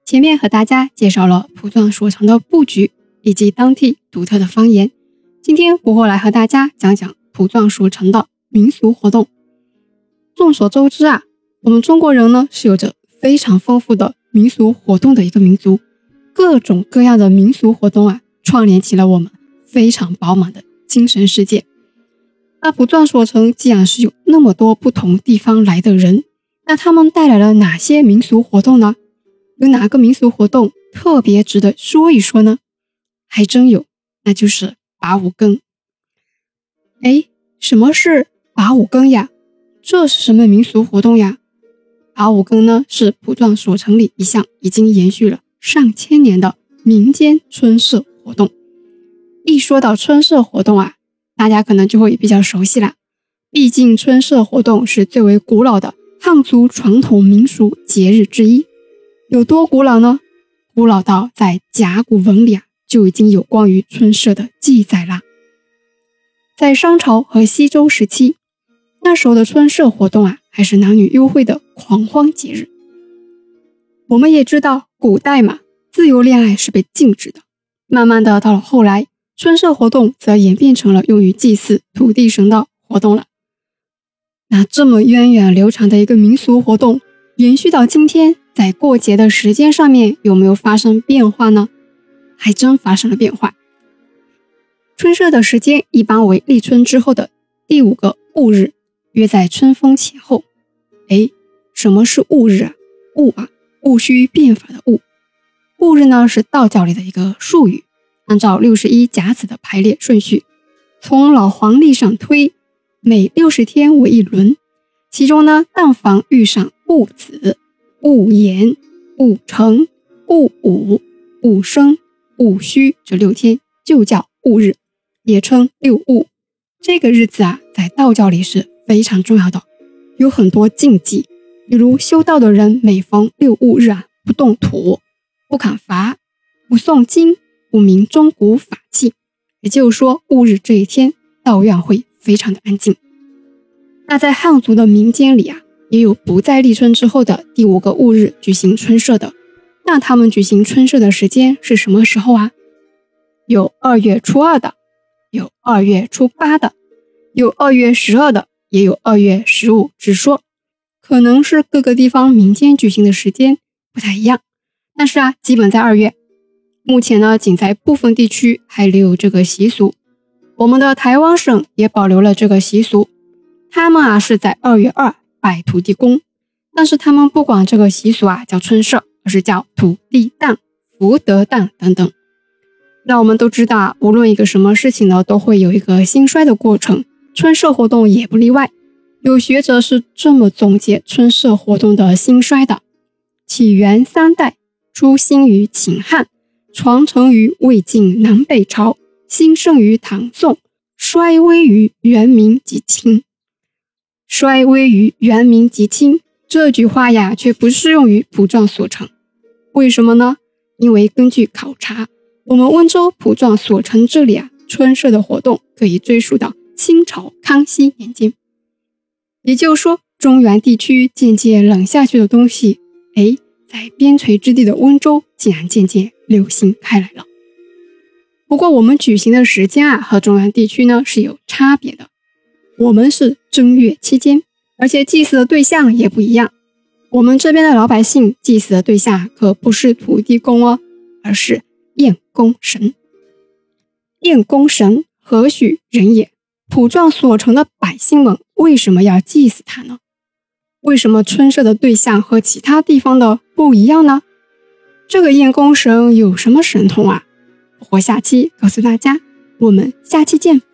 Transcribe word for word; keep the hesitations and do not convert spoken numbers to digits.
前面和大家介绍了蒲庄所城的布局以及当地独特的方言，今天我会来和大家讲讲蒲庄所城的民俗活动。众所周知啊，我们中国人呢是有着非常丰富的民俗活动的一个民族，各种各样的民俗活动啊，串联起了我们非常饱满的精神世界。那蒲庄所城既然是有那么多不同地方来的人，那他们带来了哪些民俗活动呢？有哪个民俗活动特别值得说一说呢？还真有，那就是拔五更。诶，什么是拔五更呀？这是什么民俗活动呀？拔五更呢，是蒲庄所城里一项已经延续了上千年的民间春社活动。一说到春社活动啊，大家可能就会比较熟悉了，毕竟春社活动是最为古老的汉族传统民俗节日之一。有多古老呢？古老到在甲骨文里啊，就已经有关于春社的记载啦。在商朝和西周时期，那时候的春社活动啊，还是男女幽会的狂欢节日。我们也知道，古代嘛，自由恋爱是被禁止的。慢慢的，到了后来，春社活动则演变成了用于祭祀土地神的活动了。那这么源远流长的一个民俗活动，延续到今天，在过节的时间上面有没有发生变化呢？还真发生了变化。春社的时间一般为立春之后的第五个戊日，约在春分前后。诶，什么是戊日啊？戊啊，戊戌变法的戊。戊日呢是道教里的一个术语，按照六十一甲子的排列顺序，从老黄历上推，每六十天为一轮。其中呢，但凡遇上戊子、戊寅、戊辰、戊午、戊申、戊戌这六天，就叫戊日，也称六戊。这个日子啊，在道教里是非常重要的，有很多禁忌，比如修道的人每逢六戊日啊，不动土、不砍伐、不诵经、不鸣钟鼓法器。也就是说，戊日这一天，道院会非常的安静。那在汉族的民间里啊，也有不在立春之后的第五个戊日举行春社的。那他们举行春社的时间是什么时候啊？有二月初二的，有二月初八的，有二月十二的，也有二月十五之说。可能是各个地方民间举行的时间不太一样，但是啊，基本在二月。目前呢，仅在部分地区还留有这个习俗。我们的台湾省也保留了这个习俗。他们啊是在二月二拜土地公，但是他们不管这个习俗啊叫春社，而是叫土地诞、福德诞等等。那我们都知道啊，无论一个什么事情呢，都会有一个兴衰的过程，春社活动也不例外。有学者是这么总结春社活动的兴衰的：起源三代，初兴于秦汉，传承于魏晋南北朝，兴盛于唐宋，衰微于元明及清。衰微于元明及清这句话呀，却不适用于蒲庄所城。为什么呢？因为根据考察，我们温州蒲庄所城这里啊，春社的活动可以追溯到清朝康熙年间。也就是说，中原地区渐渐冷下去的东西，诶，在边陲之地的温州竟然渐渐流行开来了。不过我们举行的时间啊，和中原地区呢是有差别的。我们是正月期间，而且祭祀的对象也不一样。我们这边的老百姓祭祀的对象可不是土地公哦，而是燕公神。燕公神何许人也？蒲庄所城的百姓们为什么要祭祀他呢？为什么春社的对象和其他地方的不一样呢？这个燕公神有什么神通啊？我下期告诉大家，我们下期见。